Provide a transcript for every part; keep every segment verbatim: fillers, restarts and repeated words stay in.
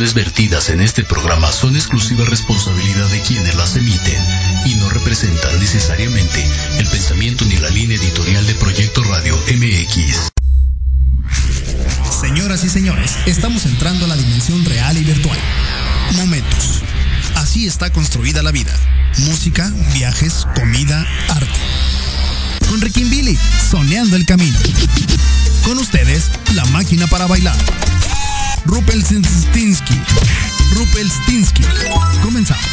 opiniones vertidas en este programa son exclusiva responsabilidad de quienes las emiten y no representan necesariamente el pensamiento ni la línea editorial de Proyecto Radio M X. Señoras y señores, estamos entrando a la dimensión real y virtual. Momentos. Así está construida la vida. Música, viajes, comida, arte. Con Rickinbilly, soñando el camino. Con ustedes, la máquina para bailar. Rumpelstiltskin. Rumpelstiltskin. Comenzamos.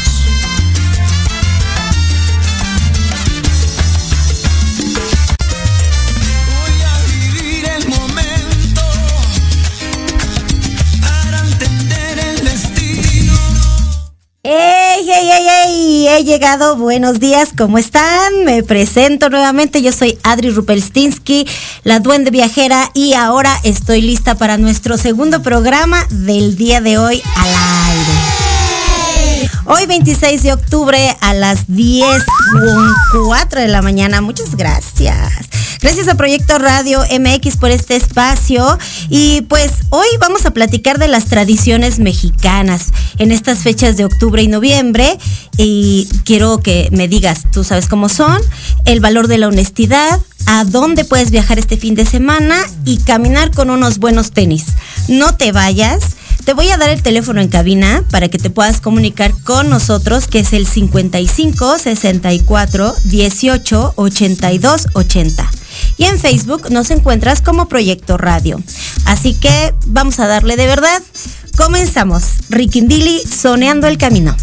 ¡Ey, ey, ey, ey! He llegado, buenos días, ¿cómo están? Me presento nuevamente, yo soy Adri Rumpelstiltskin, la duende viajera, y ahora estoy lista para nuestro segundo programa del día de hoy al aire. Hoy veintiséis de octubre a las diez cuatro de la mañana, muchas gracias. Gracias a Proyecto Radio M X por este espacio, y pues hoy vamos a platicar de las tradiciones mexicanas en estas fechas de octubre y noviembre, y quiero que me digas, tú sabes cómo son, el valor de la honestidad, a dónde puedes viajar este fin de semana y caminar con unos buenos tenis. No te vayas. Te voy a dar el teléfono en cabina para que te puedas comunicar con nosotros, que es el cincuenta y cinco, sesenta y cuatro, dieciocho, ochenta y dos, ochenta. Y en Facebook nos encuentras como Proyecto Radio. Así que vamos a darle de verdad. Comenzamos. Rickinbilly, soñando el camino.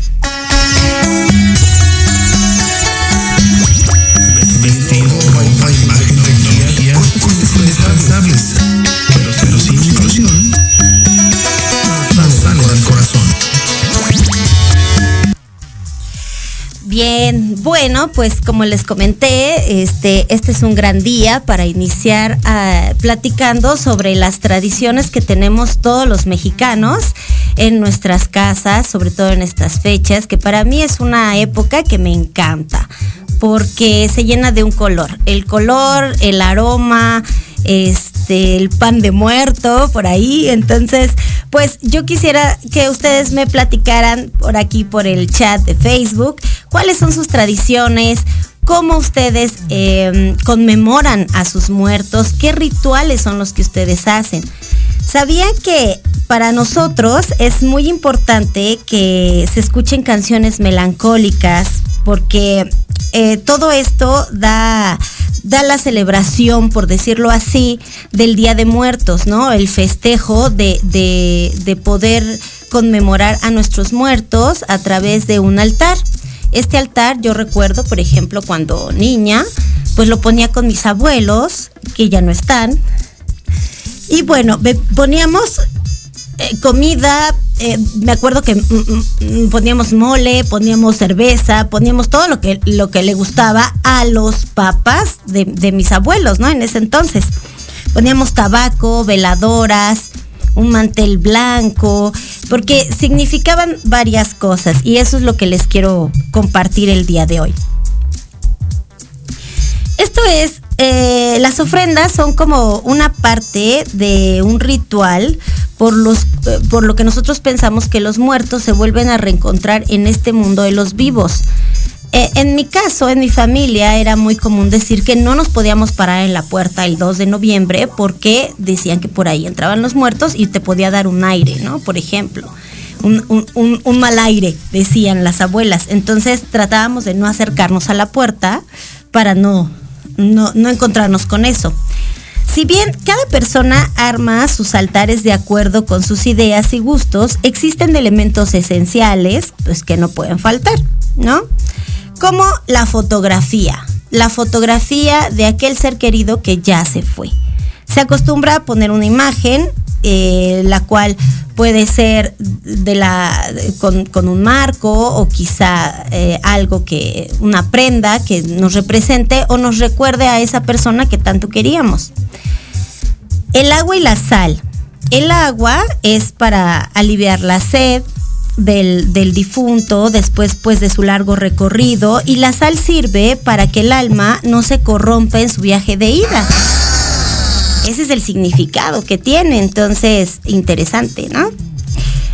Pero, pero sin inclusión, no sale del corazón. Bien, bueno, pues como les comenté, este, este es un gran día para iniciar uh, platicando sobre las tradiciones que tenemos todos los mexicanos en nuestras casas, sobre todo en estas fechas, que para mí es una época que me encanta, porque se llena de un color, el color, el aroma, este, el pan de muerto por ahí. Entonces, pues yo quisiera que ustedes me platicaran por aquí, por el chat de Facebook, cuáles son sus tradiciones, cómo ustedes eh, conmemoran a sus muertos, qué rituales son los que ustedes hacen. ¿Sabían que para nosotros es muy importante que se escuchen canciones melancólicas? Porque eh, todo esto da, da la celebración, por decirlo así, del Día de Muertos, ¿no? El festejo de, de, de poder conmemorar a nuestros muertos a través de un altar. Este altar, yo recuerdo, por ejemplo, cuando niña, pues lo ponía con mis abuelos, que ya no están. Y bueno, poníamos eh, comida, eh, me acuerdo que mm, mm, poníamos mole, poníamos cerveza, poníamos todo lo que, lo que le gustaba a los papás de, de mis abuelos, ¿no? En ese entonces. Poníamos tabaco, veladoras, un mantel blanco, porque significaban varias cosas, y eso es lo que les quiero compartir el día de hoy. Esto es, eh, las ofrendas son como una parte de un ritual por, los, eh, por lo que nosotros pensamos que los muertos se vuelven a reencontrar en este mundo de los vivos. Eh, en mi caso, en mi familia, era muy común decir que no nos podíamos parar en la puerta el dos de noviembre porque decían que por ahí entraban los muertos y te podía dar un aire, ¿no? Por ejemplo, un, un, un, un mal aire, decían las abuelas. Entonces tratábamos de no acercarnos a la puerta para no, no, no encontrarnos con eso. Si bien cada persona arma sus altares de acuerdo con sus ideas y gustos, existen elementos esenciales, pues, que no pueden faltar, ¿no? Como la fotografía, la fotografía de aquel ser querido que ya se fue. Se acostumbra a poner una imagen, eh, la cual puede ser de la con, con un marco, o quizá eh, algo que, una prenda que nos represente o nos recuerde a esa persona que tanto queríamos. El agua y la sal. El agua es para aliviar la sed Del, del difunto después, pues, de su largo recorrido, y la sal sirve para que el alma no se corrompa en su viaje de ida. Ese es el significado que tiene, entonces, interesante, ¿no?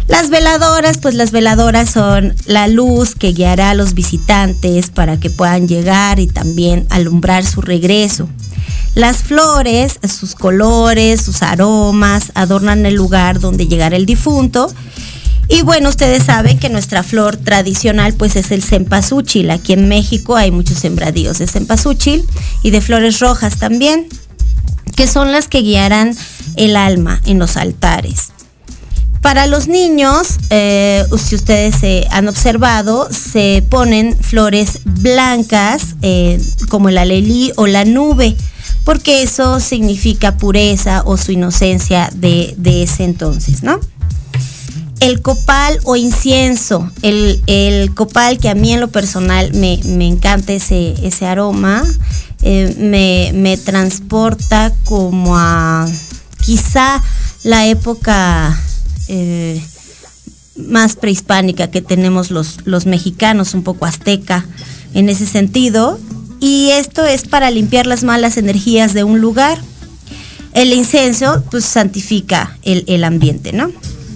Las veladoras, pues las veladoras son la luz que guiará a los visitantes para que puedan llegar y también alumbrar su regreso. Las flores, sus colores, sus aromas, adornan el lugar donde llegará el difunto. Y bueno, ustedes saben que nuestra flor tradicional pues es el cempasúchil. Aquí en México hay muchos sembradíos de cempasúchil y de flores rojas también, que son las que guiarán el alma en los altares. Para los niños, eh, si ustedes eh, han observado, se ponen flores blancas eh, como el alelí o la nube, porque eso significa pureza o su inocencia de, de ese entonces, ¿no? El copal o incienso, el, el copal, que a mí en lo personal me, me encanta ese, ese aroma, eh, me, me transporta como a quizá la época eh, más prehispánica que tenemos los, los mexicanos, un poco azteca en ese sentido, y esto es para limpiar las malas energías de un lugar. El incienso pues santifica el, el ambiente, ¿no?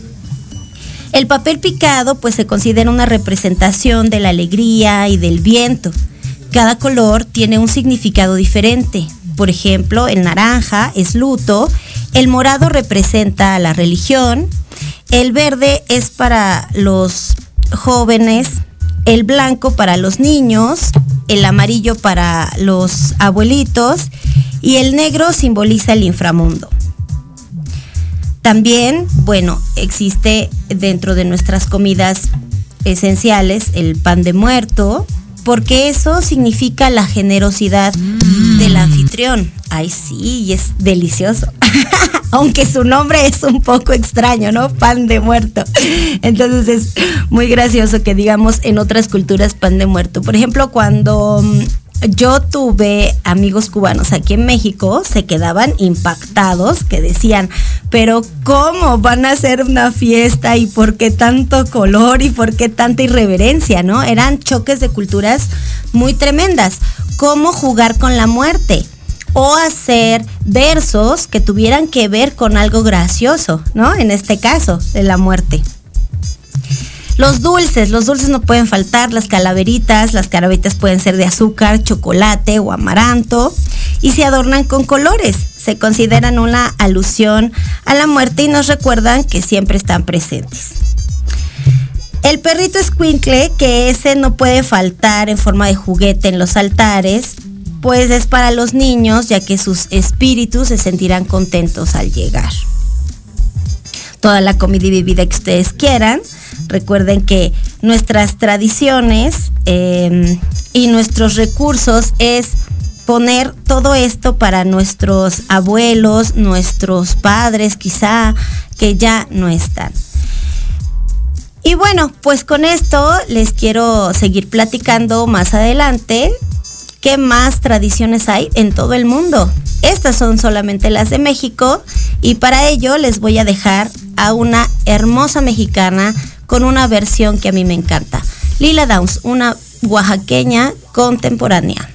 El papel picado pues se considera una representación de la alegría y del viento. Cada color tiene un significado diferente. Por ejemplo, el naranja es luto, el morado representa a la religión, el verde es para los jóvenes, el blanco para los niños, el amarillo para los abuelitos y el negro simboliza el inframundo. También, bueno, existe dentro de nuestras comidas esenciales el pan de muerto, porque eso significa la generosidad mm. del anfitrión. Ay, sí, y es delicioso. Aunque su nombre es un poco extraño, ¿no? Pan de muerto. Entonces es muy gracioso que digamos en otras culturas pan de muerto. Por ejemplo, cuando yo tuve amigos cubanos aquí en México, se quedaban impactados, que decían, pero ¿cómo van a hacer una fiesta? ¿Y por qué tanto color? ¿Y por qué tanta irreverencia? ¿No? Eran choques de culturas muy tremendas. ¿Cómo jugar con la muerte? O hacer versos que tuvieran que ver con algo gracioso, ¿no? En este caso, de la muerte. Los dulces, los dulces no pueden faltar, las calaveritas, las calaveritas pueden ser de azúcar, chocolate o amaranto y se adornan con colores. Se consideran una alusión a la muerte y nos recuerdan que siempre están presentes. El perrito escuincle, que ese no puede faltar en forma de juguete en los altares, pues es para los niños, ya que sus espíritus se sentirán contentos al llegar. Toda la comida y bebida que ustedes quieran. Recuerden que nuestras tradiciones eh, y nuestros recursos es poner todo esto para nuestros abuelos, nuestros padres quizá, que ya no están. Y bueno, pues con esto les quiero seguir platicando más adelante qué más tradiciones hay en todo el mundo. Estas son solamente las de México y para ello les voy a dejar a una hermosa mexicana con una versión que a mí me encanta. Lila Downs, una oaxaqueña contemporánea.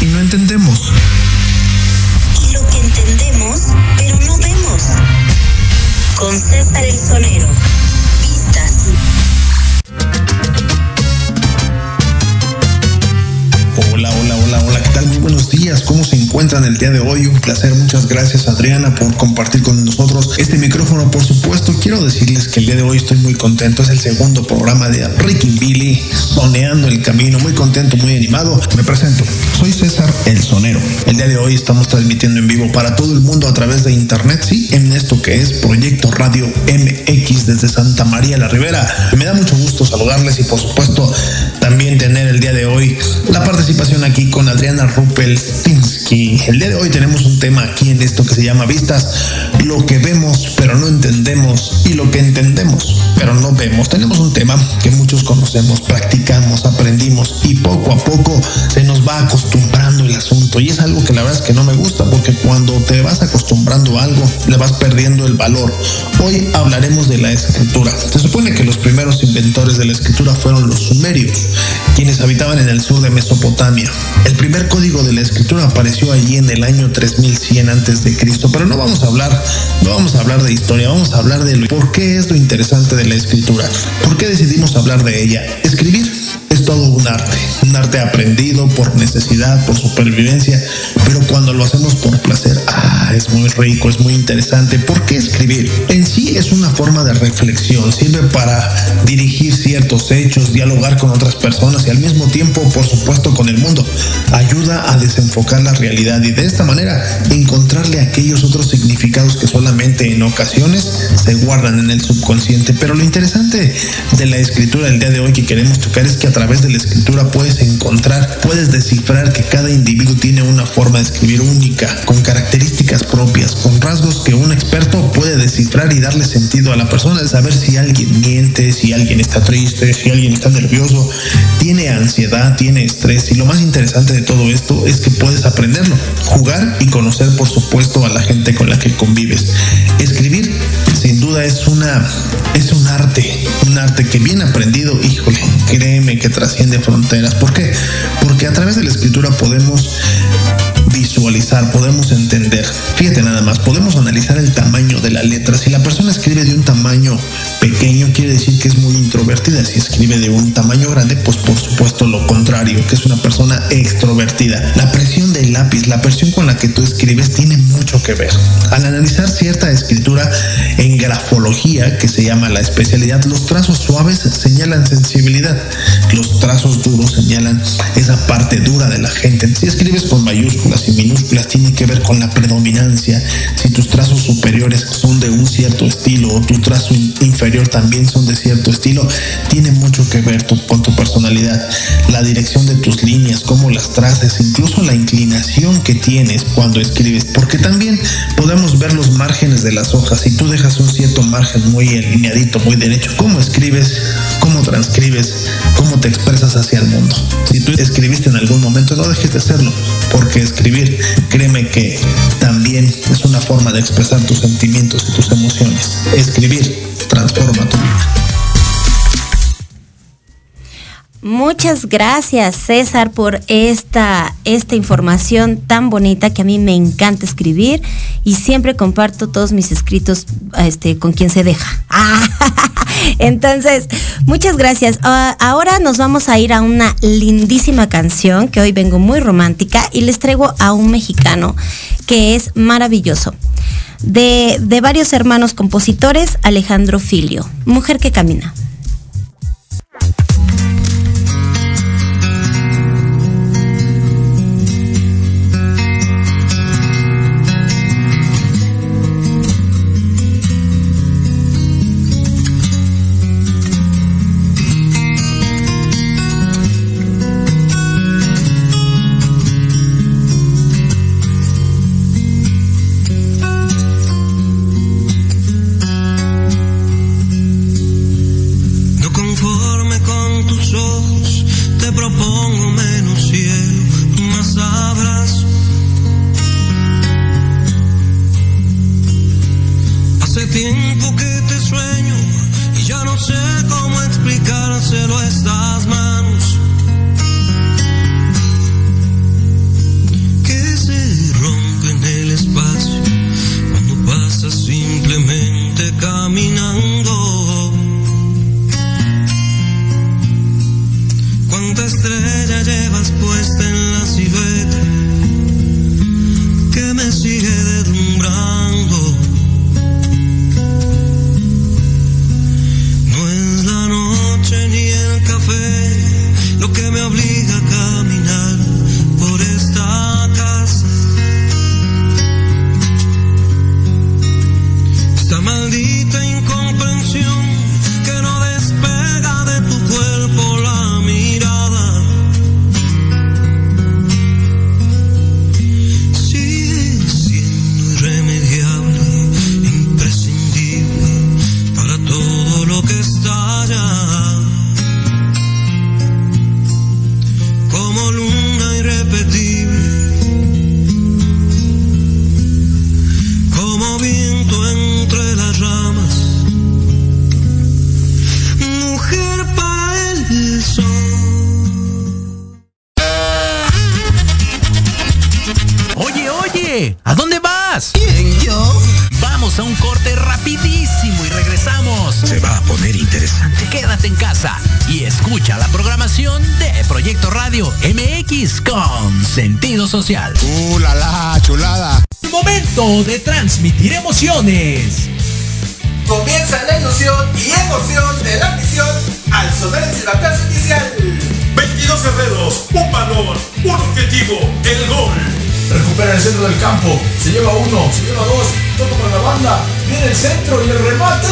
y no entendemos. Y lo que entendemos, pero no vemos. Con César el Sonero. Vistas. Hola, hola, hola, hola, ¿qué tal? Muy buenos días, ¿cómo se encuentran el día de hoy? Un placer, muchas gracias Adriana por compartir con nosotros este micrófono. Por supuesto, quiero decirles que el día de hoy estoy muy contento, es el segundo programa de Rickinbilly, Soneando el Camino, muy contento, muy animado. Me presento, soy César el Sonero. El día de hoy estamos transmitiendo en vivo para todo el mundo a través de internet, sí, en esto que es Proyecto Radio M X desde Santa María la Ribera. Me da mucho gusto saludarles y por supuesto también tener el día de hoy la participación aquí con Adriana Ruppelstinsky. El día de hoy tenemos un tema aquí en esto que se llama Vistas, lo que vemos pero no entendemos y lo que entendemos pero no vemos. Tenemos un tema que muchos conocemos, practicamos, aprendimos y poco a poco se nos va acostumbrando el asunto, y es algo que la verdad es que no me gusta, porque cuando te vas acostumbrando a algo le vas perdiendo el valor. Hoy hablaremos de la escritura. Se supone que los primeros inventores de la escritura fueron los sumerios, quienes habitaban en el sur de Mesopotamia. El primer código de la escritura apareció allí en el año tres mil cien antes de Cristo, pero no vamos a hablar, no vamos a hablar de historia, vamos a hablar de lo, por qué es lo interesante de la escritura, por qué decidimos hablar de ella. Escribir es todo un arte, un arte aprendido por necesidad, por supervivencia, pero cuando lo hacemos por placer, ah, es muy rico, es muy interesante. ¿Por qué escribir? En sí es una forma de reflexión, sirve para dirigir ciertos hechos, dialogar con otras personas y al mismo tiempo, por supuesto, con el mundo. Ayuda a desenfocar la realidad y de esta manera encontrarle aquellos otros significados que solamente en ocasiones se guardan en el subconsciente. Pero lo interesante de la escritura del día de hoy que queremos tocar es que a través de la escritura puedes encontrar, puedes descifrar que cada individuo tiene una forma de escribir única, con características propias, con rasgos que un experto puede descifrar y darle sentido a la persona, de saber si alguien miente, si alguien está triste, si alguien está nervioso, tiene ansiedad, tiene estrés. Y lo más interesante de todo esto es que puedes aprenderlo, jugar y conocer, por supuesto, a la gente con la que convives. Escribir, sin duda, es una es un arte, un arte que bien aprendido, híjole, créeme que trasciende fronteras. ¿Por qué? Porque a través de la escritura podemos visualizar, podemos entender. Fíjate nada más, podemos analizar el tamaño de la letra. Si la persona escribe de un tamaño pequeño, quiere decir que es muy introvertida. Si escribe de un tamaño grande, pues por supuesto lo contrario, que es una persona extrovertida. La presión del lápiz, la presión con la que tú escribes tiene mucho que ver. Al analizar cierta escritura en grafología, que se llama la especialidad, los trazos suaves señalan sensibilidad, los trazos duros señalan esa parte dura de la gente. Si escribes con mayúsculas y minúsculas, tiene que ver con la predominancia. Si tus trazos superiores son de un cierto estilo o tu trazo inferior también son de cierto estilo, tiene mucho que ver tu, con tu personalidad. La dirección de tus líneas, cómo las traces, incluso la inclinación que tienes cuando escribes, porque también podemos ver los márgenes de las hojas. Si tú dejas un cierto margen muy alineadito, muy derecho, cómo escribes, cómo transcribes, cómo te expresas hacia el mundo. Si tú escribiste en algún momento, no dejes de hacerlo, porque escribir, créeme que también es una forma de expresar tus sentimientos y tus emociones. Escribir transforma tu vida. Muchas gracias, César, por esta, esta información tan bonita, que a mí me encanta escribir y siempre comparto todos mis escritos este, con quien se deja. Entonces, muchas gracias. Uh, ahora nos vamos a ir a una lindísima canción, que hoy vengo muy romántica, y les traigo a un mexicano que es maravilloso. De, de varios hermanos compositores, Alejandro Filio, Mujer que Camina. Oye, ¿a dónde vas? ¿Quién, yo? Vamos a un corte rapidísimo y regresamos. Se va a poner interesante. Quédate en casa y escucha la programación de Proyecto Radio M X con sentido social. ¡Uh, la, la chulada! Momento de transmitir emociones. Comienza la ilusión y emoción de la misión al sonar el silbatazo inicial. veintidós guerreros, un balón, un objetivo, el gol. Recupera el centro del campo, se lleva uno, se lleva dos, toca para la banda, viene el centro y el remate.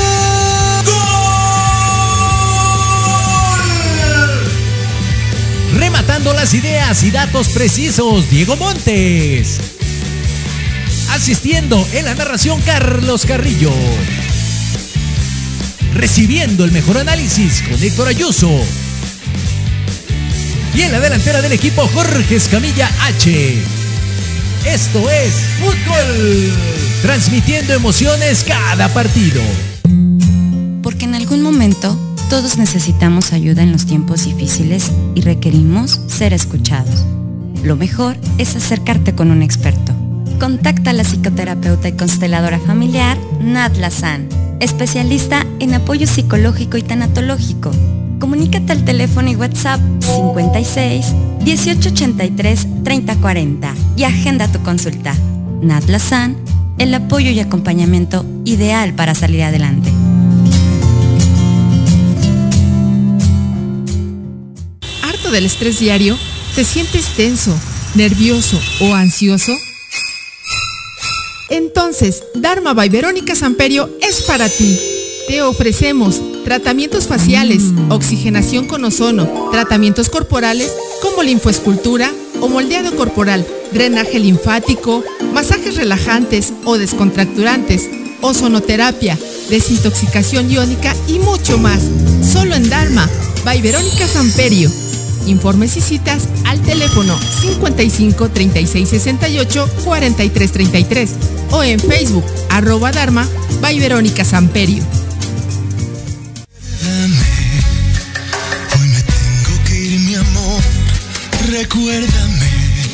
¡Gol! Rematando las ideas y datos precisos, Diego Montes. Asistiendo en la narración, Carlos Carrillo. Recibiendo el mejor análisis con Héctor Ayuso. Y en la delantera del equipo, Jorge Escamilla H. Esto es fútbol, transmitiendo emociones cada partido. Porque en algún momento todos necesitamos ayuda en los tiempos difíciles y requerimos ser escuchados. Lo mejor es acercarte con un experto. Contacta a la psicoterapeuta y consteladora familiar Nat Lazán, especialista en apoyo psicológico y tanatológico. Comunícate al teléfono y WhatsApp cincuenta y seis, dieciocho ochenta y tres, treinta cuarenta y agenda tu consulta. Nat Lazán, el apoyo y acompañamiento ideal para salir adelante. ¿Harto del estrés diario? ¿Te sientes tenso, nervioso o ansioso? Entonces, Dharma by Verónica Samperio es para ti. Te ofrecemos tratamientos faciales, oxigenación con ozono, tratamientos corporales como linfoescultura o moldeado corporal, drenaje linfático, masajes relajantes o descontracturantes, ozonoterapia, desintoxicación iónica y mucho más. Solo en Dharma by Verónica Samperio. Informes y citas al teléfono cincuenta y cinco, treinta y seis, sesenta y ocho, cuarenta y tres, treinta y tres o en Facebook arroba Dharma by Verónica Samperio. Hoy me tengo que ir, mi amor. Recuérdame.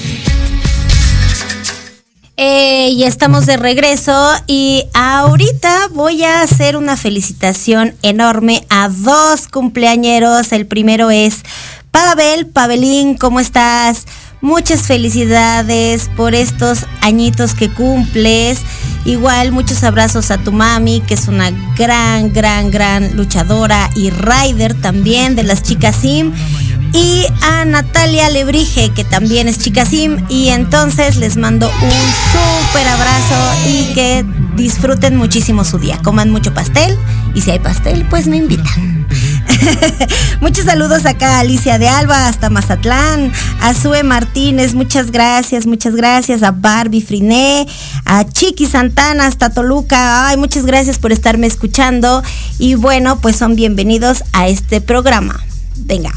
Eh, ya estamos de regreso y ahorita voy a hacer una felicitación enorme a dos cumpleañeros. El primero es Pavel. Pavelín, ¿cómo estás? Muchas felicidades por estos añitos que cumples. Igual muchos abrazos a tu mami, que es una gran, gran, gran luchadora y rider también de las chicas Sim. Y a Natalia Lebrige, que también es chica Sim. Y entonces les mando un súper abrazo y que disfruten muchísimo su día. Coman mucho pastel y si hay pastel, pues me invitan. Muchos saludos acá a Alicia de Alba hasta Mazatlán, a Sue Martínez, muchas gracias, muchas gracias, a Barbie Friné, a Chiqui Santana hasta Toluca. Ay, muchas gracias por estarme escuchando y bueno, pues son bienvenidos a este programa. Venga.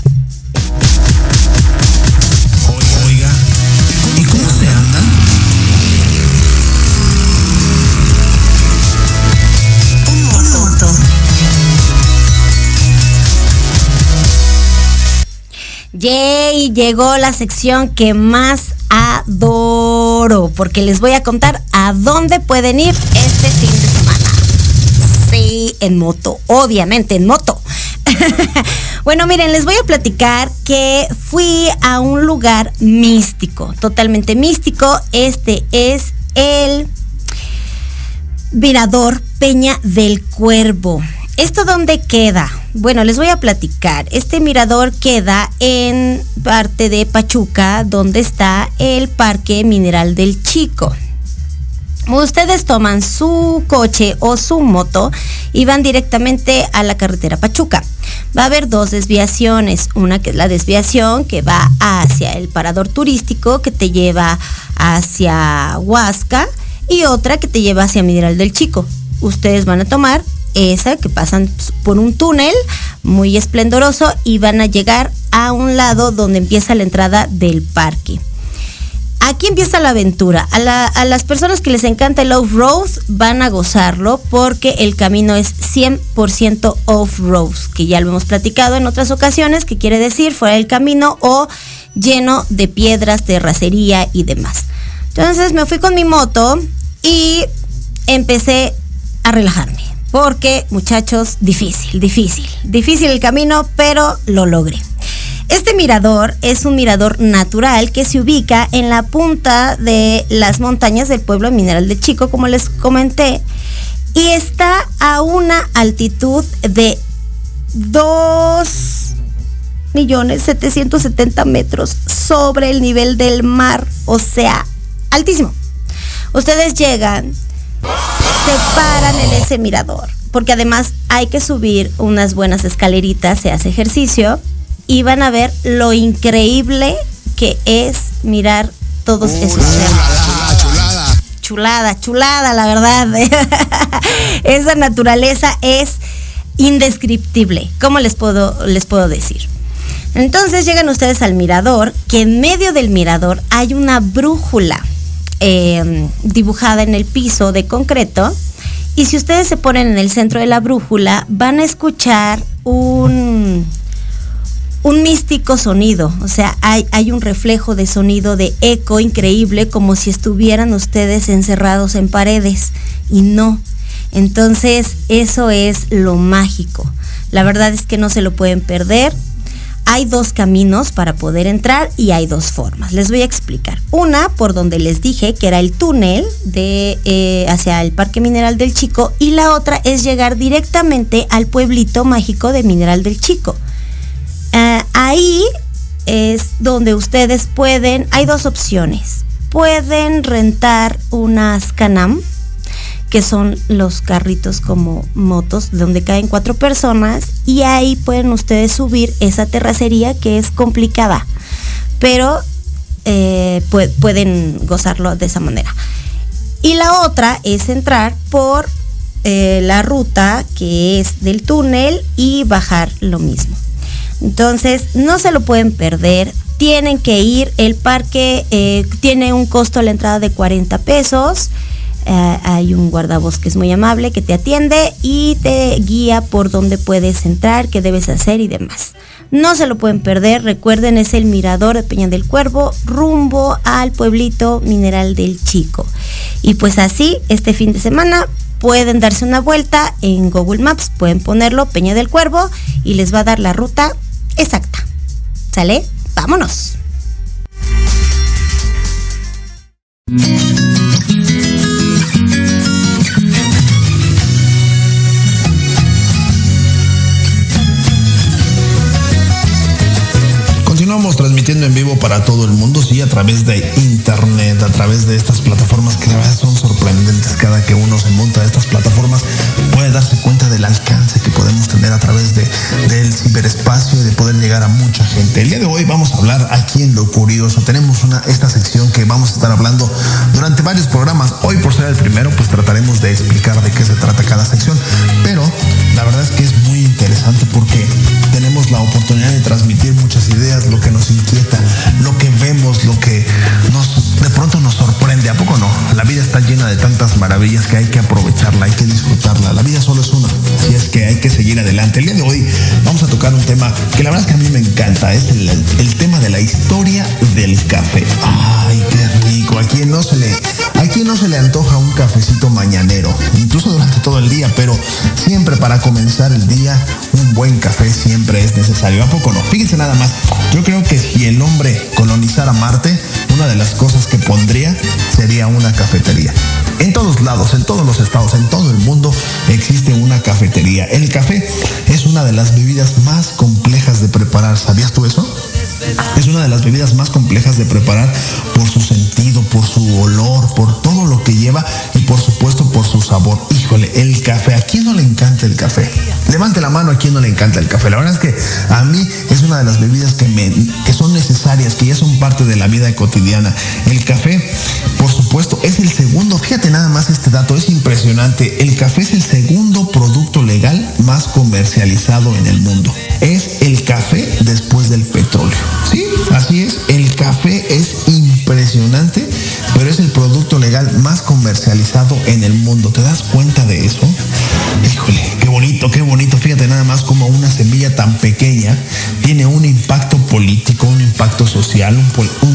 Oiga, ¿y cómo se anda? Un moto. Yay, llegó la sección que más adoro, porque les voy a contar a dónde pueden ir este fin de semana. Sí, en moto, obviamente en moto. Bueno, miren, les voy a platicar que fui a un lugar místico, totalmente místico. Este es el Mirador Peña del Cuervo. ¿Esto dónde queda? Bueno, les voy a platicar. Este mirador queda en parte de Pachuca, donde está el Parque Mineral del Chico. Ustedes toman su coche o su moto y van directamente a la carretera Pachuca. Va a haber dos desviaciones, una que es la desviación que va hacia el parador turístico que te lleva hacia Huasca y otra que te lleva hacia Mineral del Chico. Ustedes van a tomar esa que pasan por un túnel muy esplendoroso y van a llegar a un lado donde empieza la entrada del parque. Aquí empieza la aventura. A, la, a las personas que les encanta el off-road van a gozarlo porque el camino es cien por ciento off-road, que ya lo hemos platicado en otras ocasiones, que quiere decir fuera del camino o lleno de piedras, terracería y demás. Entonces me fui con mi moto y empecé a relajarme. Porque, muchachos, difícil, difícil, difícil el camino, pero lo logré. Este mirador es un mirador natural que se ubica en la punta de las montañas del pueblo Mineral del Chico, como les comenté, y está a una altitud de dos millones setecientos setenta metros sobre el nivel del mar, o sea, altísimo. Ustedes llegan, se paran en ese mirador, porque además hay que subir unas buenas escaleritas, se hace ejercicio, y van a ver lo increíble que es mirar todos uh, esos chulada, chulada. Chulada, chulada, la verdad. Esa naturaleza es indescriptible. ¿Cómo les puedo, les puedo decir? Entonces llegan ustedes al mirador, que en medio del mirador hay una brújula eh, dibujada en el piso de concreto, y si ustedes se ponen en el centro de la brújula, van a escuchar un... un místico sonido, o sea, hay, hay un reflejo de sonido de eco increíble, como si estuvieran ustedes encerrados en paredes, y no. Entonces, eso es lo mágico. La verdad es que no se lo pueden perder. Hay dos caminos para poder entrar y hay dos formas. Les voy a explicar. Una, por donde les dije que era el túnel de eh, hacia el Parque Mineral del Chico, y la otra es llegar directamente al pueblito mágico de Mineral del Chico. Uh, ahí es donde ustedes pueden, hay dos opciones. Pueden rentar unas Can-Am, que son los carritos como motos, donde caen cuatro personas, y ahí pueden ustedes subir esa terracería que es complicada, pero eh, pu- pueden gozarlo de esa manera. Y la otra es entrar por eh, la ruta que es del túnel y bajar lo mismo. Entonces, no se lo pueden perder, tienen que ir. El parque eh, tiene un costo a la entrada de cuarenta pesos. Eh, hay un guardabosques muy amable que te atiende y te guía por dónde puedes entrar, qué debes hacer y demás. No se lo pueden perder. Recuerden, es el mirador de Peña del Cuervo, rumbo al pueblito Mineral del Chico. Y pues así, este fin de semana pueden darse una vuelta en Google Maps, pueden ponerlo Peña del Cuervo y les va a dar la ruta exacta. ¿Sale? ¡Vámonos! Continuamos transmitiendo en vivo para todo el mundo, sí, a través de internet, a través de estas plataformas que de verdad son sorprendentes. Cada que uno se monta a estas plataformas puede darse cuenta del alcance que podemos tener a través de, del ciberespacio y de poder llegar a mucha gente. El día de hoy vamos a hablar aquí en Lo Curioso. Tenemos una, esta sección que vamos a estar hablando durante varios programas. Hoy, por ser el primero, pues trataremos de explicar de qué se trata cada sección, pero la verdad es que es muy interesante porque tenemos la oportunidad de transmitir muchas ideas, lo que nos inquieta, lo que vemos, lo que nos de pronto nos sorprende. ¿A poco no? La vida está llena de tantas maravillas que hay que aprovecharla, hay que disfrutarla. La vida solo es una, así es que hay que seguir adelante. El día de hoy vamos a tocar un tema que la verdad es que a mí me encanta, es el, el tema de la historia del café. Ay, qué rico. ¿A quién no se le, a quién no se le antoja un cafecito mañanero? Incluso durante todo el día, pero siempre para comenzar el día, un buen café siempre es necesario. ¿A poco no? Fíjense nada más. Yo creo que si el hombre colonizara Marte, una de las cosas que pondría sería una cafetería. En todos lados, en todos los estados, en todo el mundo existe una cafetería. El café es una de las bebidas más complejas de preparar. ¿Sabías tú eso? Es una de las bebidas más complejas de preparar por su sentido, por su olor, por todo lo que lleva y por supuesto por su sabor. Híjole, el café. ¿A quién no le encanta el café? Levante la mano a quien no le encanta el café. La verdad es que a mí es una de las bebidas que, me, que son necesarias, que ya son parte de la vida cotidiana. El café, por supuesto, es el segundo. Fíjate nada más este dato, es impresionante. El café es el segundo producto legal más comercializado en el mundo. Es el café después del petróleo. Sí, así es. El café es impresionante, pero es el producto legal más comercializado en el mundo. ¿Te das cuenta de eso? Híjole, qué bonito, qué bonito. Fíjate nada más como una semilla tan pequeña tiene un impacto político, un impacto social, un, un, un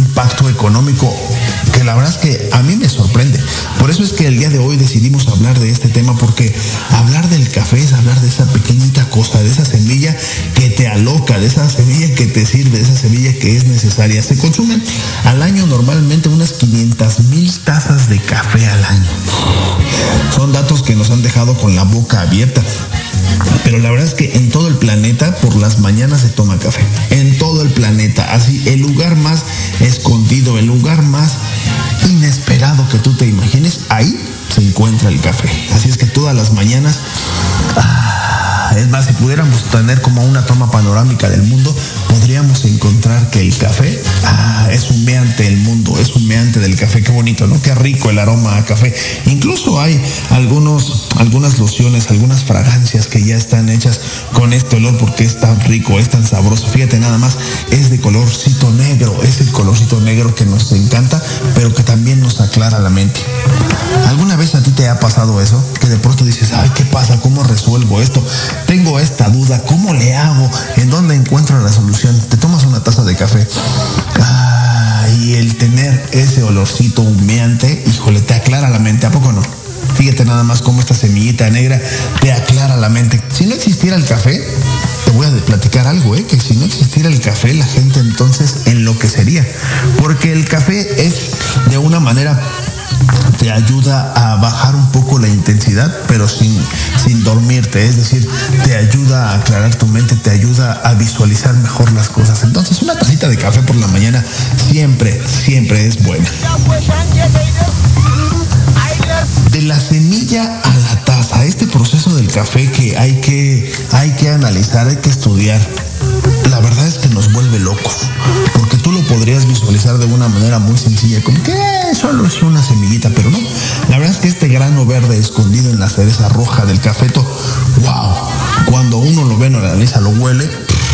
impacto económico que la verdad es que a mí me sorprende. Por eso es que el día de hoy decidimos hablar de este tema, porque hablar del café es hablar de esa pequeñita cosa, de esa semilla que te aloca, de esa semilla que te sirve, de esa semilla que es necesaria. Se consumen al año normalmente unas quinientas mil tazas de café al año. Son datos que nos han dejado con la boca abierta. Pero la verdad es que en todo el planeta por las mañanas se toma café. En todo el planeta. Así, el lugar más escondido, el lugar más inesperado que tú te imagines, ahí se encuentra el café. Así es que todas las mañanas... Ah, es más, si pudiéramos tener como una toma panorámica del mundo, podríamos encontrar que el café ah, es humeante el mundo, es humeante del café. Qué bonito, ¿no? Qué rico el aroma a café. Incluso hay algunos, algunas lociones, algunas fragancias que ya están hechas con este olor porque es tan rico, es tan sabroso. Fíjate nada más, es de colorcito negro, es el colorcito negro que nos encanta, pero que también nos aclara la mente. ¿Alguna vez a ti te ha pasado eso? Que de pronto dices, ay, ¿qué pasa? ¿Cómo resuelvo esto? Tengo esta duda, ¿cómo le hago? ¿En dónde encuentro la solución? Te tomas una taza de café. Ah, y el tener ese olorcito humeante, híjole, te aclara la mente, ¿a poco no? Fíjate nada más cómo esta semillita negra te aclara la mente. Si no existiera el café, te voy a platicar algo, ¿eh? Que si no existiera el café, la gente entonces enloquecería. Porque el café es de una manera... te ayuda a bajar un poco la intensidad, pero sin, sin dormirte, es decir, te ayuda a aclarar tu mente, te ayuda a visualizar mejor las cosas. Entonces, una tacita de café por la mañana siempre, siempre es buena. De la semilla a la taza, este proceso del café que hay que, hay que analizar, hay que estudiar. La verdad es que nos vuelve locos, porque tú lo podrías visualizar de una manera muy sencilla, como que eh, solo es una semillita, pero no. La verdad es que este grano verde escondido en la cereza roja del cafeto, wow, cuando uno lo ve, lo analiza, lo huele.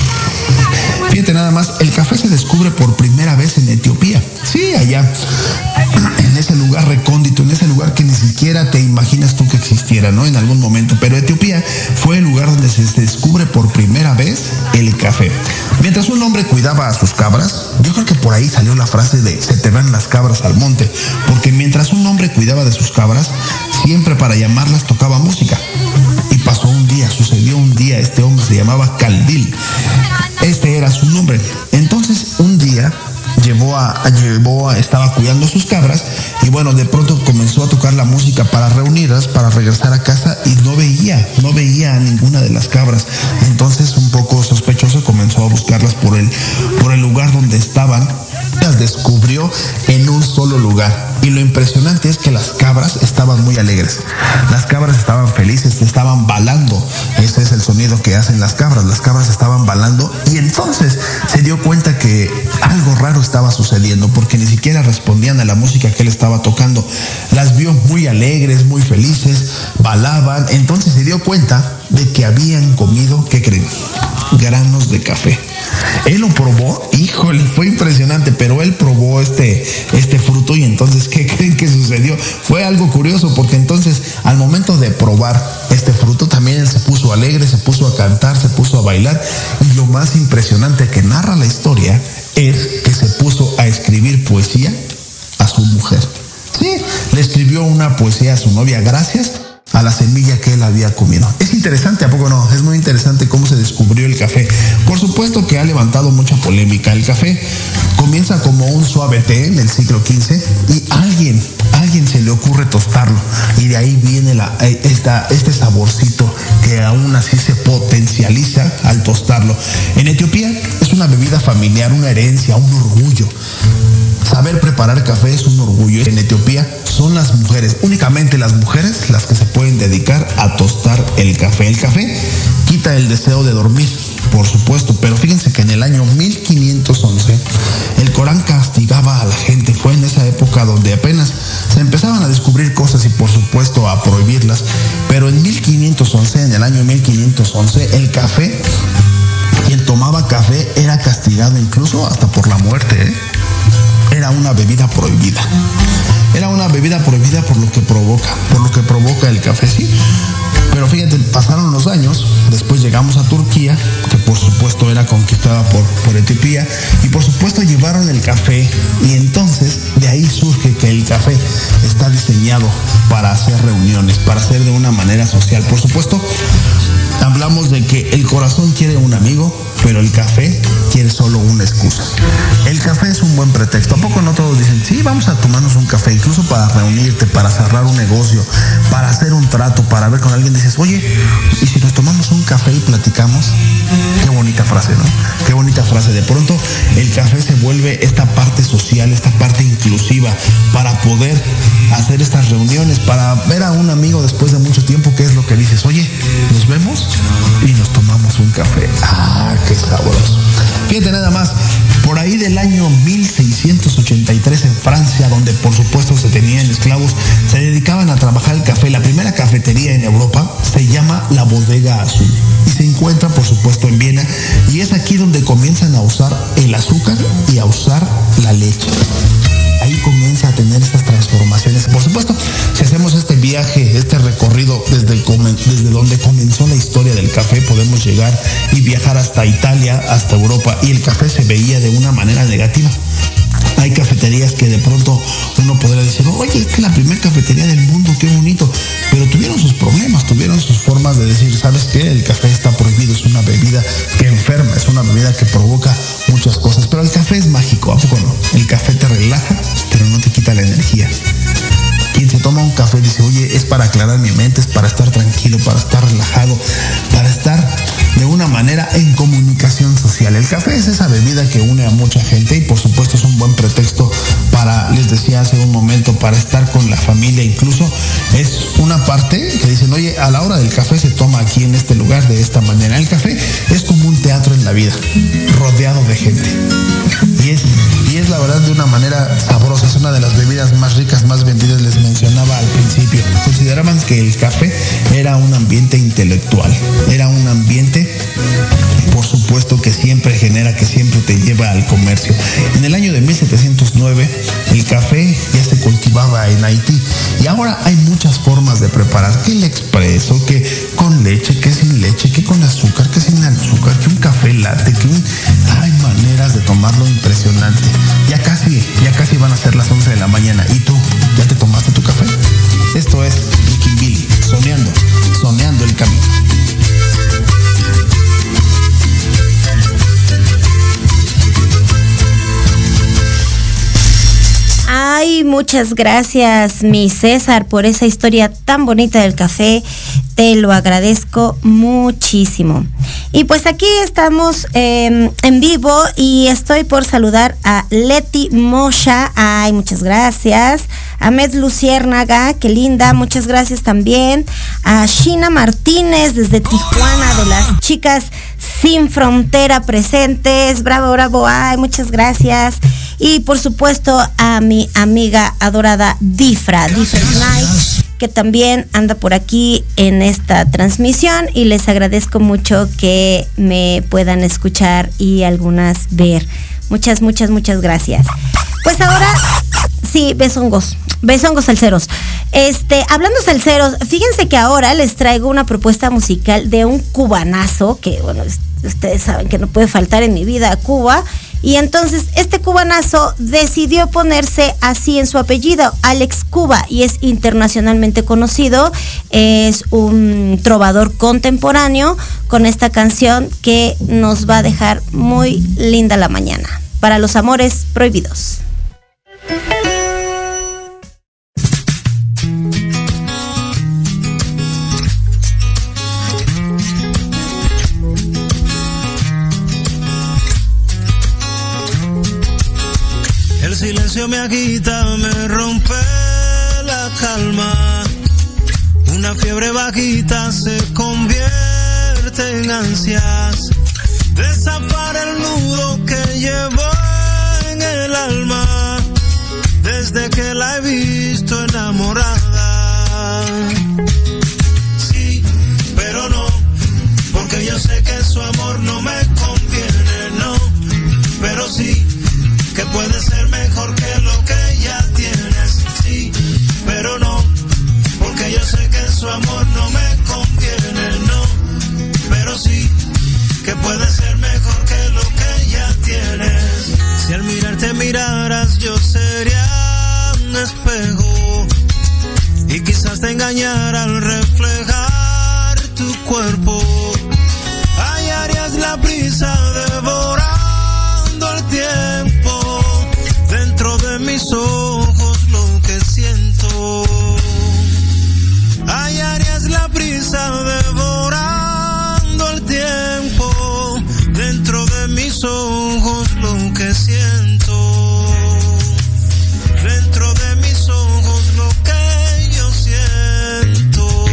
Fíjate nada más, el café se descubre por primera vez en Etiopía. Sí, allá, en ese lugar recóndito, en ese lugar que ni siquiera te imaginas tú que existiera, ¿no? En algún momento. Pero Etiopía fue el lugar donde se descubre por primera vez el café. Mientras un hombre cuidaba a sus cabras, yo creo que por ahí salió la frase de se te van las cabras al monte. Porque mientras un hombre cuidaba de sus cabras, siempre para llamarlas tocaba música. Y pasó un día, sucedió un día, este hombre se llamaba Caldil. Este era su nombre. Entonces, un día llevó a, llevó a, estaba cuidando sus cabras y bueno, de pronto comenzó a tocar la música para reunirlas, para regresar a casa y no veía, no veía a ninguna de las cabras. Entonces, un poco sospechoso, comenzó a buscarlas por el, por el lugar donde estaban. Las descubrió en un solo lugar. Y lo impresionante es que las cabras estaban muy alegres. Las cabras estaban felices, estaban balando. Ese es el sonido que hacen las cabras. Las cabras estaban balando y entonces se dio cuenta que algo raro estaba sucediendo porque ni siquiera respondían a la música que él estaba tocando. Las vio muy alegres, muy felices, balaban. Entonces se dio cuenta de que habían comido, ¿qué creen? Granos de café. Él lo probó, híjole, fue impresionante, pero él probó este, este fruto y entonces, ¿qué creen que sucedió? Fue algo curioso porque entonces al momento de probar este fruto también él se puso alegre, se puso a cantar, se puso a bailar y lo más impresionante que narra la historia es que se puso a escribir poesía a su mujer. Sí, le escribió una poesía a su novia gracias a la semilla que él había comido. Es interesante, ¿a poco no? Es muy interesante cómo se descubrió el café. Por supuesto que ha levantado mucha polémica. El café comienza como un suave té en el siglo quince y a alguien, a alguien se le ocurre tostarlo y de ahí viene la, esta, este saborcito que aún así se potencializa al tostarlo. En Etiopía es una bebida familiar, una herencia, un orgullo. Saber preparar café es un orgullo. En Etiopía son las mujeres, únicamente las mujeres, las que se pueden dedicar a tostar el café. El café quita el deseo de dormir, por supuesto, pero fíjense que en el año mil quinientos once el Corán castigaba a la gente. Fue en esa época donde apenas se empezaban a descubrir cosas y por supuesto a prohibirlas. Pero en mil quinientos once, en el año mil quinientos once, el café, quien tomaba café era castigado incluso hasta por la muerte, ¿eh? Era una bebida prohibida. Era una bebida prohibida por lo que provoca, por lo que provoca el café, sí. Pero fíjate, pasaron los años, después llegamos a Turquía, que por supuesto supuesto era conquistada por, por Etiopía, y por supuesto llevaron el café, y entonces de ahí surge que el café está diseñado para hacer reuniones, para hacer de una manera social. Por supuesto, hablamos de que el corazón quiere un amigo, pero el café quiere solo una excusa. El café es un buen pretexto. ¿A poco no todos dicen, sí, vamos a tomarnos un café, incluso para reunirte, para cerrar un negocio, para hacer un trato, para ver con alguien? Dices, oye, ¿y si nos tomamos un café y platicamos? Qué bonita frase, ¿no? Qué bonita frase. De pronto el café se vuelve esta parte social, esta parte inclusiva, para poder hacer estas reuniones, para ver a un amigo después de mucho tiempo. ¿Qué es lo que dices? Oye, ¿nos vemos? Y nos tomamos un café. ¡Ah, qué sabroso! Fíjate nada más, por ahí del año mil seiscientos ochenta y tres en Francia, donde por supuesto se tenían esclavos, se dedicaban a trabajar el café. La primera cafetería en Europa se llama la Bodega Azul y se encuentra por supuesto en Viena, y es aquí donde comienzan a usar el azúcar y a usar la leche. Ahí comienza a tener estas transformaciones. Por supuesto, si hacemos este viaje, este recorrido desde, desde donde comenzó la historia del café, podemos llegar y viajar hasta Italia, hasta Europa, y el café se veía de una manera negativa. Hay cafeterías que de pronto uno podría decir, oye, esta es la primera cafetería del mundo, qué bonito, pero tuvieron sus problemas, tuvieron sus formas de decir, ¿sabes qué? El café está prohibido, es una bebida que enferma, es una bebida que provoca muchas cosas, pero el café es mágico, ¿a poco no? El café te relaja, pero no te quita la energía. Quien se toma un café dice, oye, es para aclarar mi mente, es para estar tranquilo, para estar relajado, para estar de una manera en comunicación social. El café es esa bebida que une a mucha gente, y por supuesto es un buen pretexto para, les decía hace un momento, para estar con la familia. Incluso es una parte que dicen, oye, a la hora del café se toma aquí en este lugar de esta manera. El café es como un teatro en la vida, rodeado de gente. Y es, y es la verdad de una manera sabrosa, es una de las bebidas más ricas, más vendidas. Les mencionaba al principio, consideraban que el café era un ambiente intelectual, era un ambiente, por supuesto, que siempre genera, que siempre te lleva al comercio. En el año de mil setecientos nueve, el café ya se cultivaba en Haití, y ahora hay muchas formas de preparar, que el expreso, que con leche, que sin leche, que con azúcar, que sin azúcar, que un café latte, que un... hay maneras de tomarlo impresionante. Ya casi, ya casi van a ser las once de la mañana, ¿y tú ya te tomaste tu café? Esto es Ricky Billy, soñando, soñando el camino. Ay, muchas gracias, mi César, por esa historia tan bonita del café. Te lo agradezco muchísimo. Y pues aquí estamos eh, en vivo, y estoy por saludar a Leti Mosha. Ay, muchas gracias. A Med Luciérnaga, qué linda, muchas gracias también. A Shina Martínez desde Tijuana, de las Chicas Sin Frontera presentes. Bravo, bravo, ay, muchas gracias. Y por supuesto a mi amiga adorada Difra, Difra Knight, que también anda por aquí en esta transmisión, y les agradezco mucho que me puedan escuchar y algunas ver. Muchas, muchas, muchas gracias. Pues ahora, sí, besongos, besongos salseros. Este, hablando salseros, fíjense que ahora les traigo una propuesta musical de un cubanazo, que bueno, ustedes saben que no puede faltar en mi vida Cuba. Y entonces este cubanazo decidió ponerse así en su apellido, Alex Cuba, y es internacionalmente conocido. Es un trovador contemporáneo con esta canción que nos va a dejar muy linda la mañana. Para los amores prohibidos. El silencio me agita, me rompe la calma. Una fiebre bajita se convierte en ansias. Desafar el nudo que llevo en el alma desde que la he visto enamorada. Sí, pero no, porque yo sé que su amor no me conviene, no, pero sí que puede ser mejor que lo que ya tienes. Sí, pero no, porque yo sé que su amor no me conviene, no, pero sí que puede ser mejor de mis ojos lo que siento. Hallarías la prisa devorando el tiempo. Dentro de mis ojos lo que siento. Dentro de mis ojos lo que yo siento.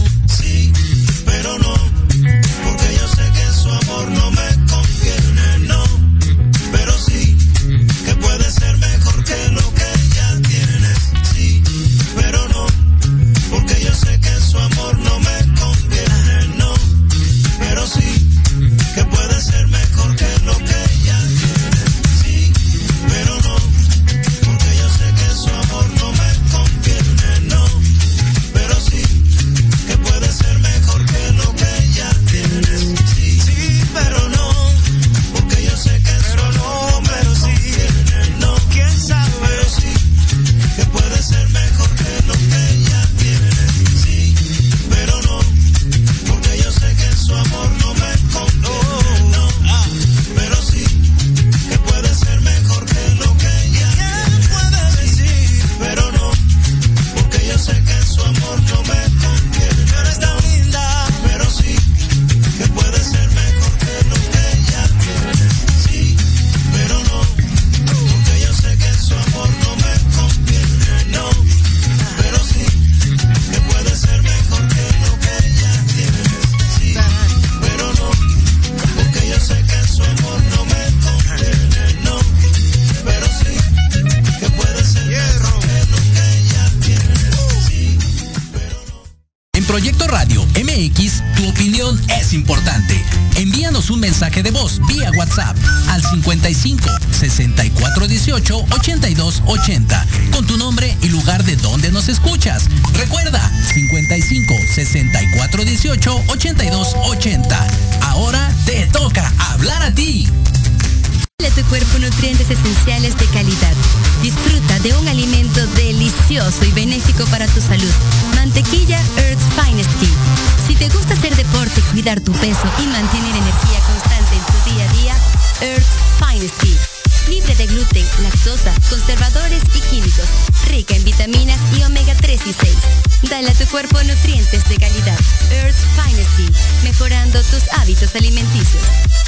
Sí, pero no, porque yo sé que su amor no me conviene, no. Pero sí, que puede ser mejor que lo que ya tienes. Sí, pero no, porque yo sé que su amor no me conviene, no. Pero sí, que puede ser mejor que lo que ya tienes. Sí, pero no, porque yo sé que su amor no me conviene, no. Pero sí, que puede ser mejor que lo que ya tienes. Sí, sí, pero no, porque yo sé que su amor no me conviene, no. ¿Quién sabe? Pero sí, que puede ser mejor que lo que ya tienes. Sí, pero no, porque yo sé que su amor no me conviene, no. Pero sí, que puede ser mejor que lo que ya tienes. Puede decir, pero no, porque yo sé que su amor no me conviene. No eres tan linda, pero sí, que puede ser mejor que lo que ya tienes. Sí, pero no, porque yo sé que su amor no me conviene, no. Pero sí, que puede ser mejor que lo que ya tienes. Sí, pero no, porque yo sé que su amor no me conviene, no. Pero sí, que puede ser mejor que lo que ya tienes. Sí, pero no. En Proyecto Radio M X, tu opinión es importante. Envíanos un mensaje de voz vía WhatsApp al cincuenta y cinco, sesenta y cuatro dieciocho, ochenta y dos ochenta con tu nombre y lugar de donde nos escuchas. Recuerda, cincuenta y cinco, sesenta y cuatro dieciocho, ochenta y dos ochenta. Ahora te toca hablar a ti. Dale a tu cuerpo nutrientes esenciales de calidad. Disfruta de un alimento delicioso y benéfico para tu salud. Mantequilla Earth's Finest Tea. Si te gusta hacer deporte, cuidar tu peso y mantener energía constante en tu día a día, Earth's Finest Tea. Libre de gluten, lactosa, conservadores y químicos. Rica en vitaminas y omega tres y seis. Dale a tu cuerpo nutrientes de calidad. Earth's Finest Tea. Mejorando tus hábitos alimenticios.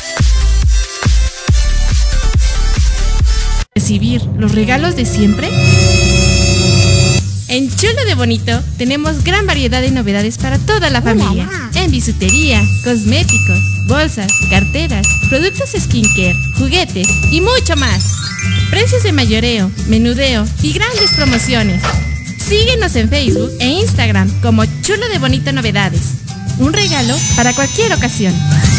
¿Recibir los regalos de siempre? En Chulo de Bonito tenemos gran variedad de novedades para toda la familia. En bisutería, cosméticos, bolsas, carteras, productos skincare, juguetes y mucho más. Precios de mayoreo, menudeo y grandes promociones. Síguenos en Facebook e Instagram como Chulo de Bonito Novedades. Un regalo para cualquier ocasión.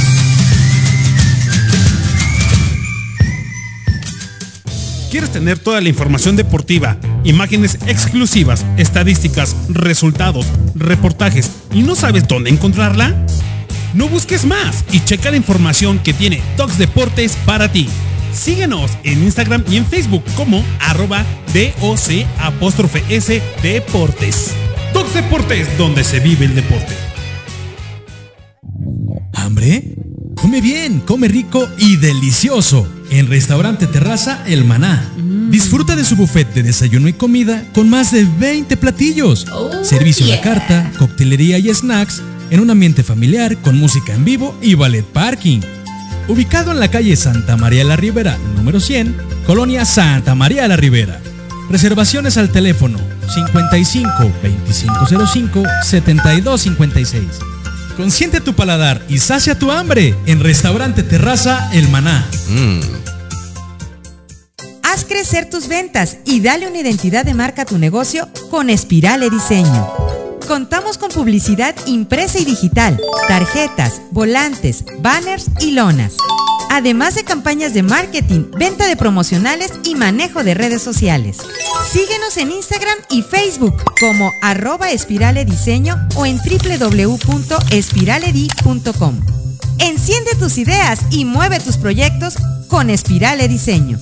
¿Quieres tener toda la información deportiva, imágenes exclusivas, estadísticas, resultados, reportajes y no sabes dónde encontrarla? No busques más y checa la información que tiene Tox Deportes para ti. Síguenos en Instagram y en Facebook como arroba doc apóstrofe s deportes. Tox Deportes, donde se vive el deporte. ¿Hambre? Come bien, come rico y delicioso en Restaurante Terraza El Maná. Mm. Disfruta de su buffet de desayuno y comida con más de veinte platillos. Oh, Servicio yeah. a la carta, coctelería y snacks en un ambiente familiar con música en vivo y ballet parking. Ubicado en la calle Santa María la Ribera, número cien, Colonia Santa María la Ribera. Reservaciones al teléfono cincuenta y cinco, veinticinco cero cinco, setenta y dos cincuenta y seis. Consiente tu paladar y sacia tu hambre en Restaurante Terraza El Maná. Mm. Haz crecer tus ventas y dale una identidad de marca a tu negocio con Espirale Diseño. Contamos con publicidad impresa y digital, tarjetas, volantes, banners y lonas. Además de campañas de marketing, venta de promocionales y manejo de redes sociales. Síguenos en Instagram y Facebook como arroba Espirale Diseño o en doble u doble u doble u punto espiraledi punto com. Enciende tus ideas y mueve tus proyectos con Espirale Diseño.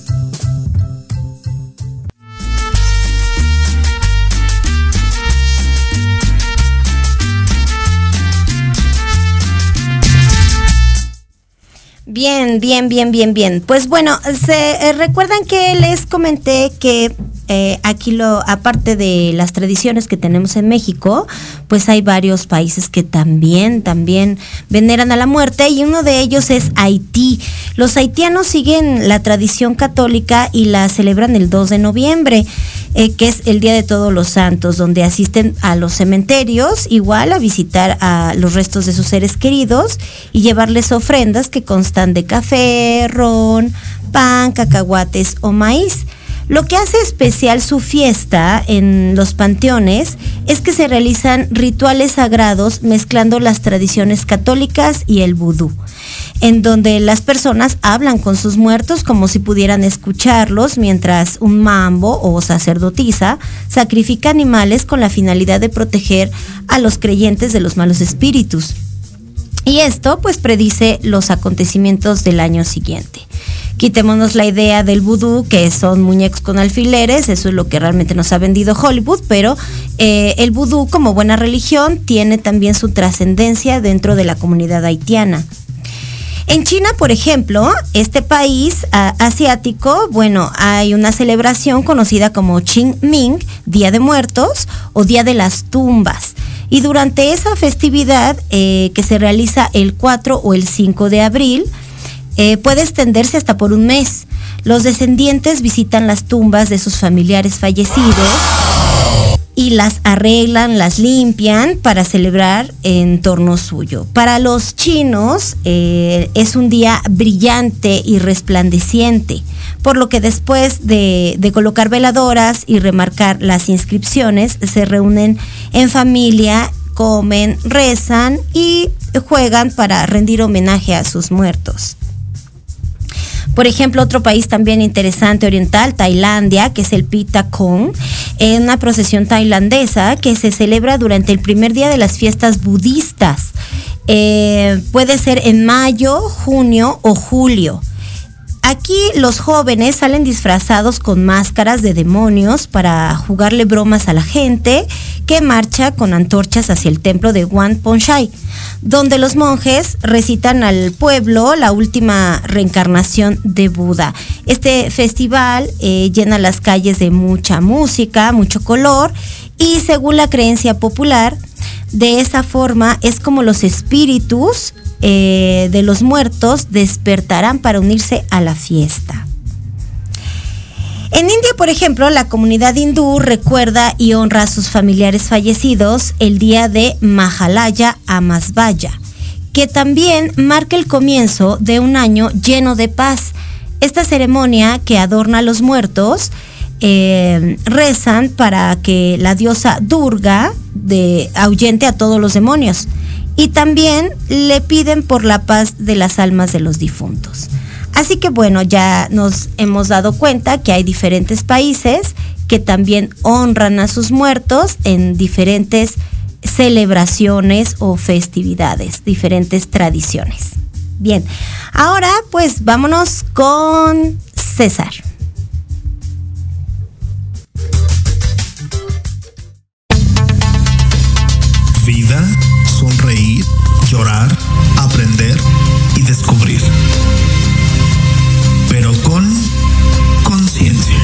Bien, bien, bien, bien, bien. Pues bueno, se eh, recuerdan que les comenté que eh, aquí lo, aparte de las tradiciones que tenemos en México, pues hay varios países que también, también veneran a la muerte, y uno de ellos es Haití. Los haitianos siguen la tradición católica y la celebran el dos de noviembre, eh, que es el Día de Todos los Santos, donde asisten a los cementerios, igual a visitar a los restos de sus seres queridos y llevarles ofrendas que constan de café, ron, pan, cacahuates o maíz. Lo que hace especial su fiesta en los panteones es que se realizan rituales sagrados mezclando las tradiciones católicas y el vudú, en donde las personas hablan con sus muertos como si pudieran escucharlos, mientras un mambo o sacerdotisa sacrifica animales con la finalidad de proteger a los creyentes de los malos espíritus. Y esto pues predice los acontecimientos del año siguiente. Quitémonos la idea del vudú, que son muñecos con alfileres, eso es lo que realmente nos ha vendido Hollywood, pero eh, el vudú, como buena religión, tiene también su trascendencia dentro de la comunidad haitiana. En China, por ejemplo, este país a, asiático, bueno, hay una celebración conocida como Qingming, Día de Muertos o Día de las Tumbas. Y durante esa festividad, eh, que se realiza el cuatro o el cinco de abril, eh, puede extenderse hasta por un mes. Los descendientes visitan las tumbas de sus familiares fallecidos y las arreglan, las limpian para celebrar en torno suyo. Para los chinos eh, es un día brillante y resplandeciente, por lo que después de, de colocar veladoras y remarcar las inscripciones, se reúnen en familia, comen, rezan y juegan para rendir homenaje a sus muertos. Por ejemplo, otro país también interesante oriental, Tailandia, que es el Pitthakong, es una procesión tailandesa que se celebra durante el primer día de las fiestas budistas. Eh, puede ser en mayo, junio o julio. Aquí los jóvenes salen disfrazados con máscaras de demonios para jugarle bromas a la gente que marcha con antorchas hacia el templo de Wat Pho Chai, donde los monjes recitan al pueblo la última reencarnación de Buda. Este festival eh, llena las calles de mucha música, mucho color, y según la creencia popular, de esa forma es como los espíritus Eh, de los muertos despertarán para unirse a la fiesta. En India, por ejemplo, la comunidad hindú recuerda y honra a sus familiares fallecidos el día de Mahalaya Amavasya, que también marca el comienzo de un año lleno de paz. Esta ceremonia que adorna a los muertos eh, rezan para que la diosa Durga de, ahuyente a todos los demonios. Y también le piden por la paz de las almas de los difuntos. Así que bueno, ya nos hemos dado cuenta que hay diferentes países que también honran a sus muertos en diferentes celebraciones o festividades, diferentes tradiciones. Bien, ahora pues vámonos con César. Vida, sonreír, llorar, aprender y descubrir. Pero con conciencia.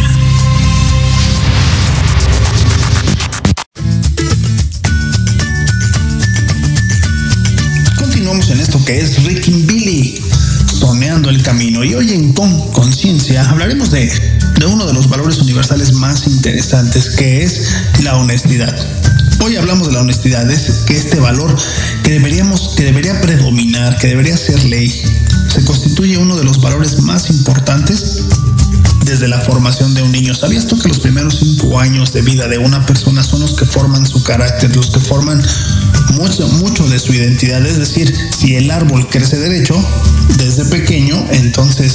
Continuamos en esto que es Rickinbilly, soneando el camino. Y hoy en Con Conciencia hablaremos de, de uno de los valores universales más interesantes, que es la honestidad. Hoy hablamos de la honestidad, es que este valor que deberíamos, que debería predominar, que debería ser ley, se constituye uno de los valores más importantes desde la formación de un niño. ¿Sabías tú que los primeros cinco años de vida de una persona son los que forman su carácter, los que forman mucho, mucho de su identidad? Es decir, si el árbol crece derecho desde pequeño, entonces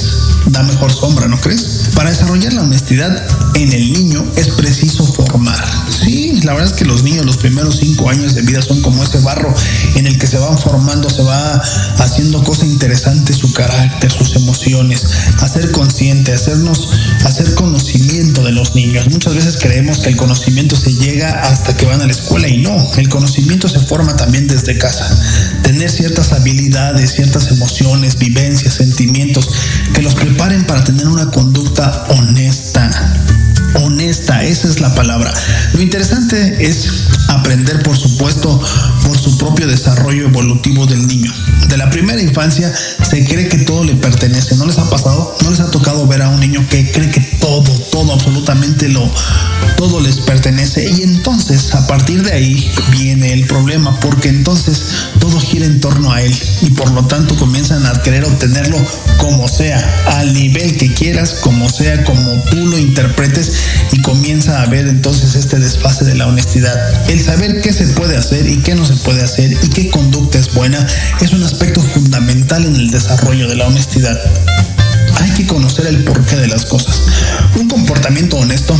da mejor sombra, ¿no crees? Para desarrollar la honestidad en el niño es preciso formar. Sí, la verdad es que los niños los primeros cinco años de vida son como ese barro en el que se van formando, se va haciendo cosa interesante su carácter, sus emociones, hacer consciente, hacernos, hacer conocimiento de los niños. Muchas veces creemos que el conocimiento se llega hasta que van a la escuela y no, el conocimiento se forma también desde casa. Tener ciertas habilidades, ciertas emociones, vivencias, sentimientos que los preparen para tener una conducta honesta. Honesta, esa es la palabra. Lo interesante es aprender, por supuesto, por su propio desarrollo evolutivo del niño. De la primera infancia se cree que todo le pertenece. ¿No les ha pasado? ¿No les ha tocado ver a un niño que cree que todo, todo, absolutamente lo, todo les pertenece? Y entonces, a partir de ahí viene el problema, porque entonces todo gira en torno a él y por lo tanto comienzan a querer obtenerlo como sea, al nivel que quieras, como sea, como tú lo interpretes, y comienza a haber entonces este desfase de la honestidad. El saber qué se puede hacer y qué no se puede hacer y qué conducta es buena es un aspecto fundamental en el desarrollo de la honestidad. Hay que conocer el porqué de las cosas. Un comportamiento honesto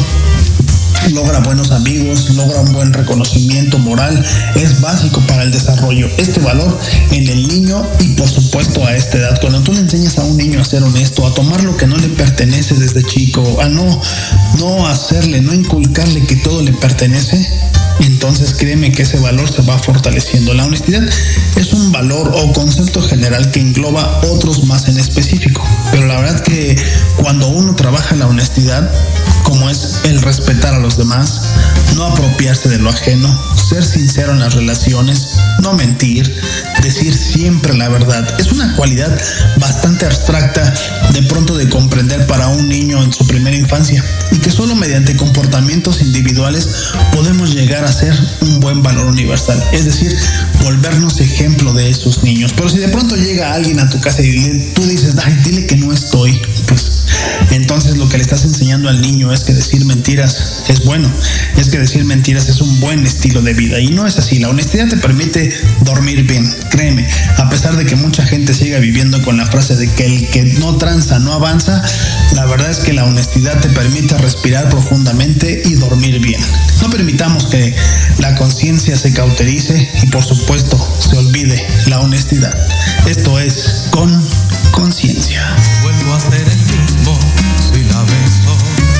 logra buenos amigos, logra un buen reconocimiento moral, es básico para el desarrollo. Este valor en el niño y por supuesto a esta edad, cuando tú le enseñas a un niño a ser honesto, a tomar lo que no le pertenece desde chico, a no, no hacerle, no inculcarle que todo le pertenece, entonces créeme que ese valor se va fortaleciendo. La honestidad es un valor o concepto general que engloba otros más en específico, pero la verdad que cuando uno trabaja la honestidad, como es el respetar a los demás, no apropiarse de lo ajeno, ser sincero en las relaciones, no mentir, decir siempre la verdad, es una cualidad bastante abstracta de pronto de comprender para un niño en su primera infancia, y que solo mediante comportamientos individuales podemos llegar a ser un buen valor universal, es decir, volvernos ejemplo de esos niños. Pero si de pronto llega alguien a tu casa y tú dices, ay, dile que no estoy, pues entonces lo que le estás enseñando al niño es que decir mentiras es bueno, es que decir mentiras es un buen estilo de vida, y no es así. La honestidad te permite dormir bien, créeme, a pesar de que mucha gente siga viviendo con la frase de que el que no tranza no avanza, la verdad es que la honestidad te permite respirar profundamente y dormir bien. No permitamos que la conciencia se cauterice y por supuesto se olvide la honestidad. Esto es Con Conciencia. Vuelvo a ser el mismo si la beso.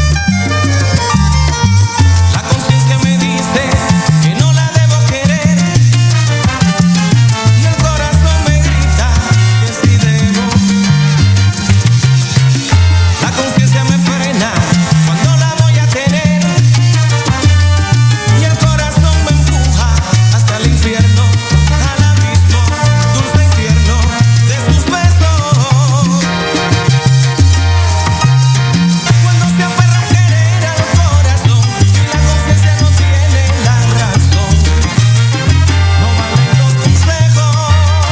La conciencia me dice que no la debo querer y el corazón me grita que sí debo. La conciencia me frena cuando la voy a tener y el corazón me empuja hasta el infierno, al abismo, dulce infierno de sus besos. Cuando se aferra un querer al corazón y la conciencia no tiene la razón, no valen los consejos.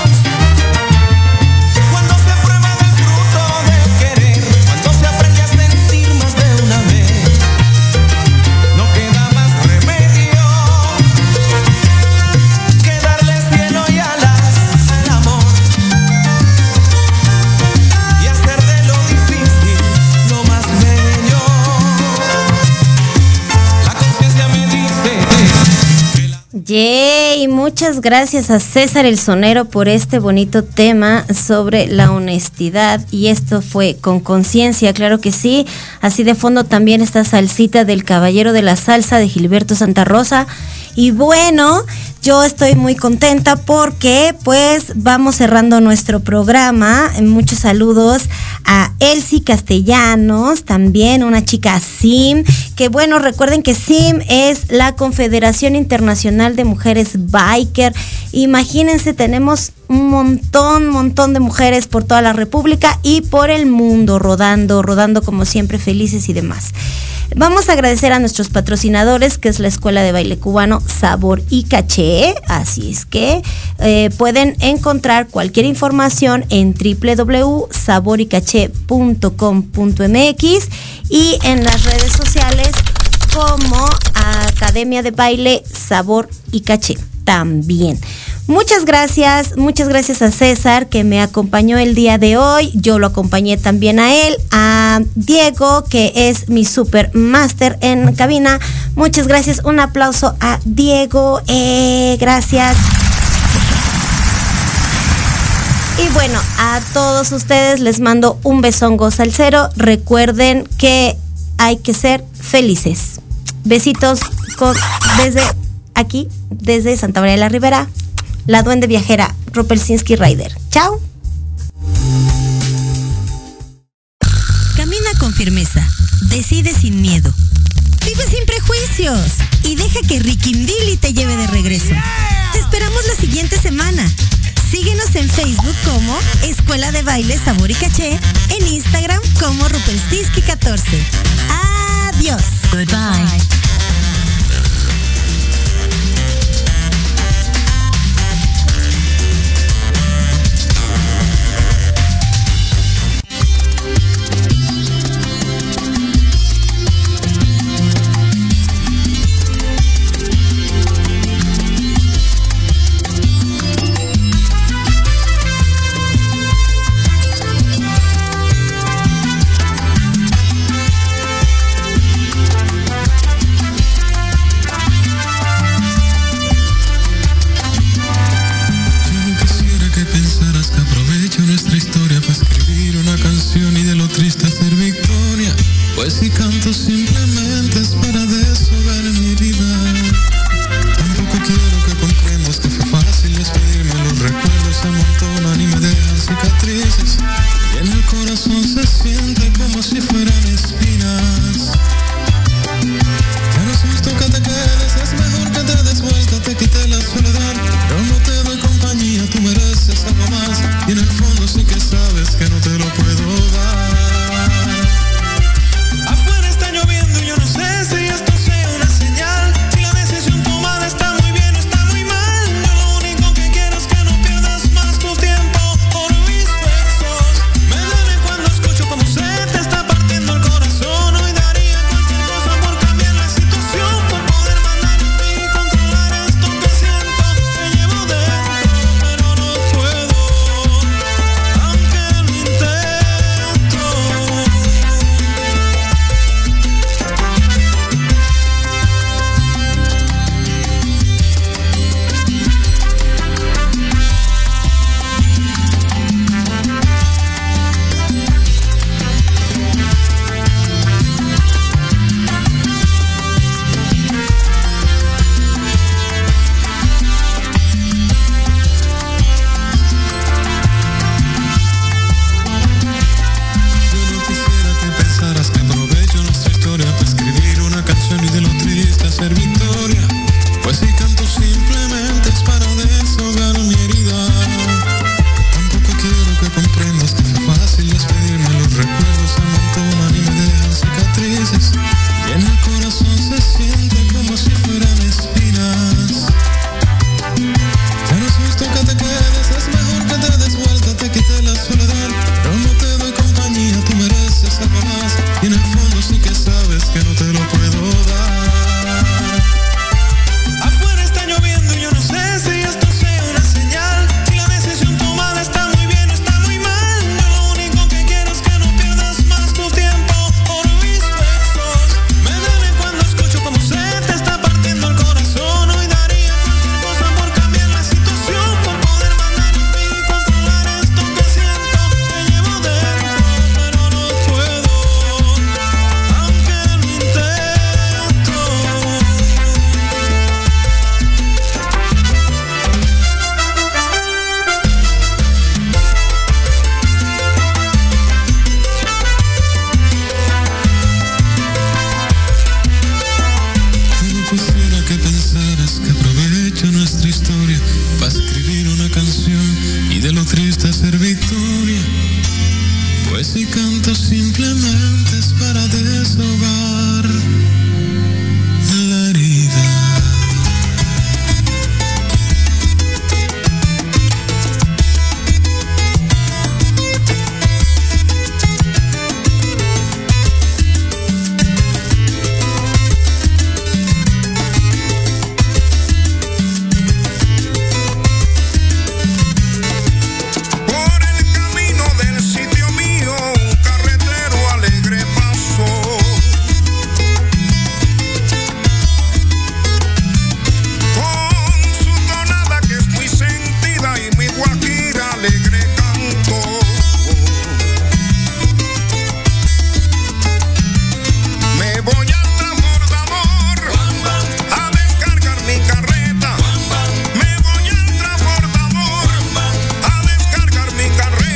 Cuando se prueba del fruto del querer, cuando se aprende a sentir más de una vez, no queda más remedio que darle cielo y alas al amor y hacer de lo difícil lo más bello. La conciencia me dice que la Yay, muchas gracias a César el Sonero por este bonito tema sobre la honestidad, y esto fue Con Conciencia, claro que sí. Así de fondo también está Salsita del Caballero de la Salsa de Gilberto Santa Rosa. Y bueno, yo estoy muy contenta porque pues vamos cerrando nuestro programa. Muchos saludos a Elsie Castellanos, también una chica S I M, que bueno, recuerden que S I M es la Confederación Internacional de Mujeres Biker. Imagínense, tenemos un montón, montón de mujeres por toda la República y por el mundo, rodando, rodando como siempre, felices y demás. Vamos a agradecer a nuestros patrocinadores, que es la Escuela de Baile Cubano Sabor y Caché. Así es que eh, pueden encontrar cualquier información en doble u doble u doble u punto sabor y caché punto com punto m x y en las redes sociales como Academia de Baile Sabor y Caché también. Muchas gracias, muchas gracias a César que me acompañó el día de hoy. Yo lo acompañé también a él, a Diego, que es mi super máster en cabina. Muchas gracias, un aplauso a Diego, eh, gracias. Y bueno, a todos ustedes les mando un besongo salsero. Recuerden que hay que ser felices. Besitos con, desde aquí, desde Santa María de la Ribera, la duende viajera, Rupelsinski Rider. Chao. Camina con firmeza, decide sin miedo, vive sin prejuicios y deja que Riquindili te lleve de regreso. Te esperamos la siguiente semana. Síguenos en Facebook como Escuela de Baile Sabor y Caché, en Instagram como Rupelsinski catorce. Adiós.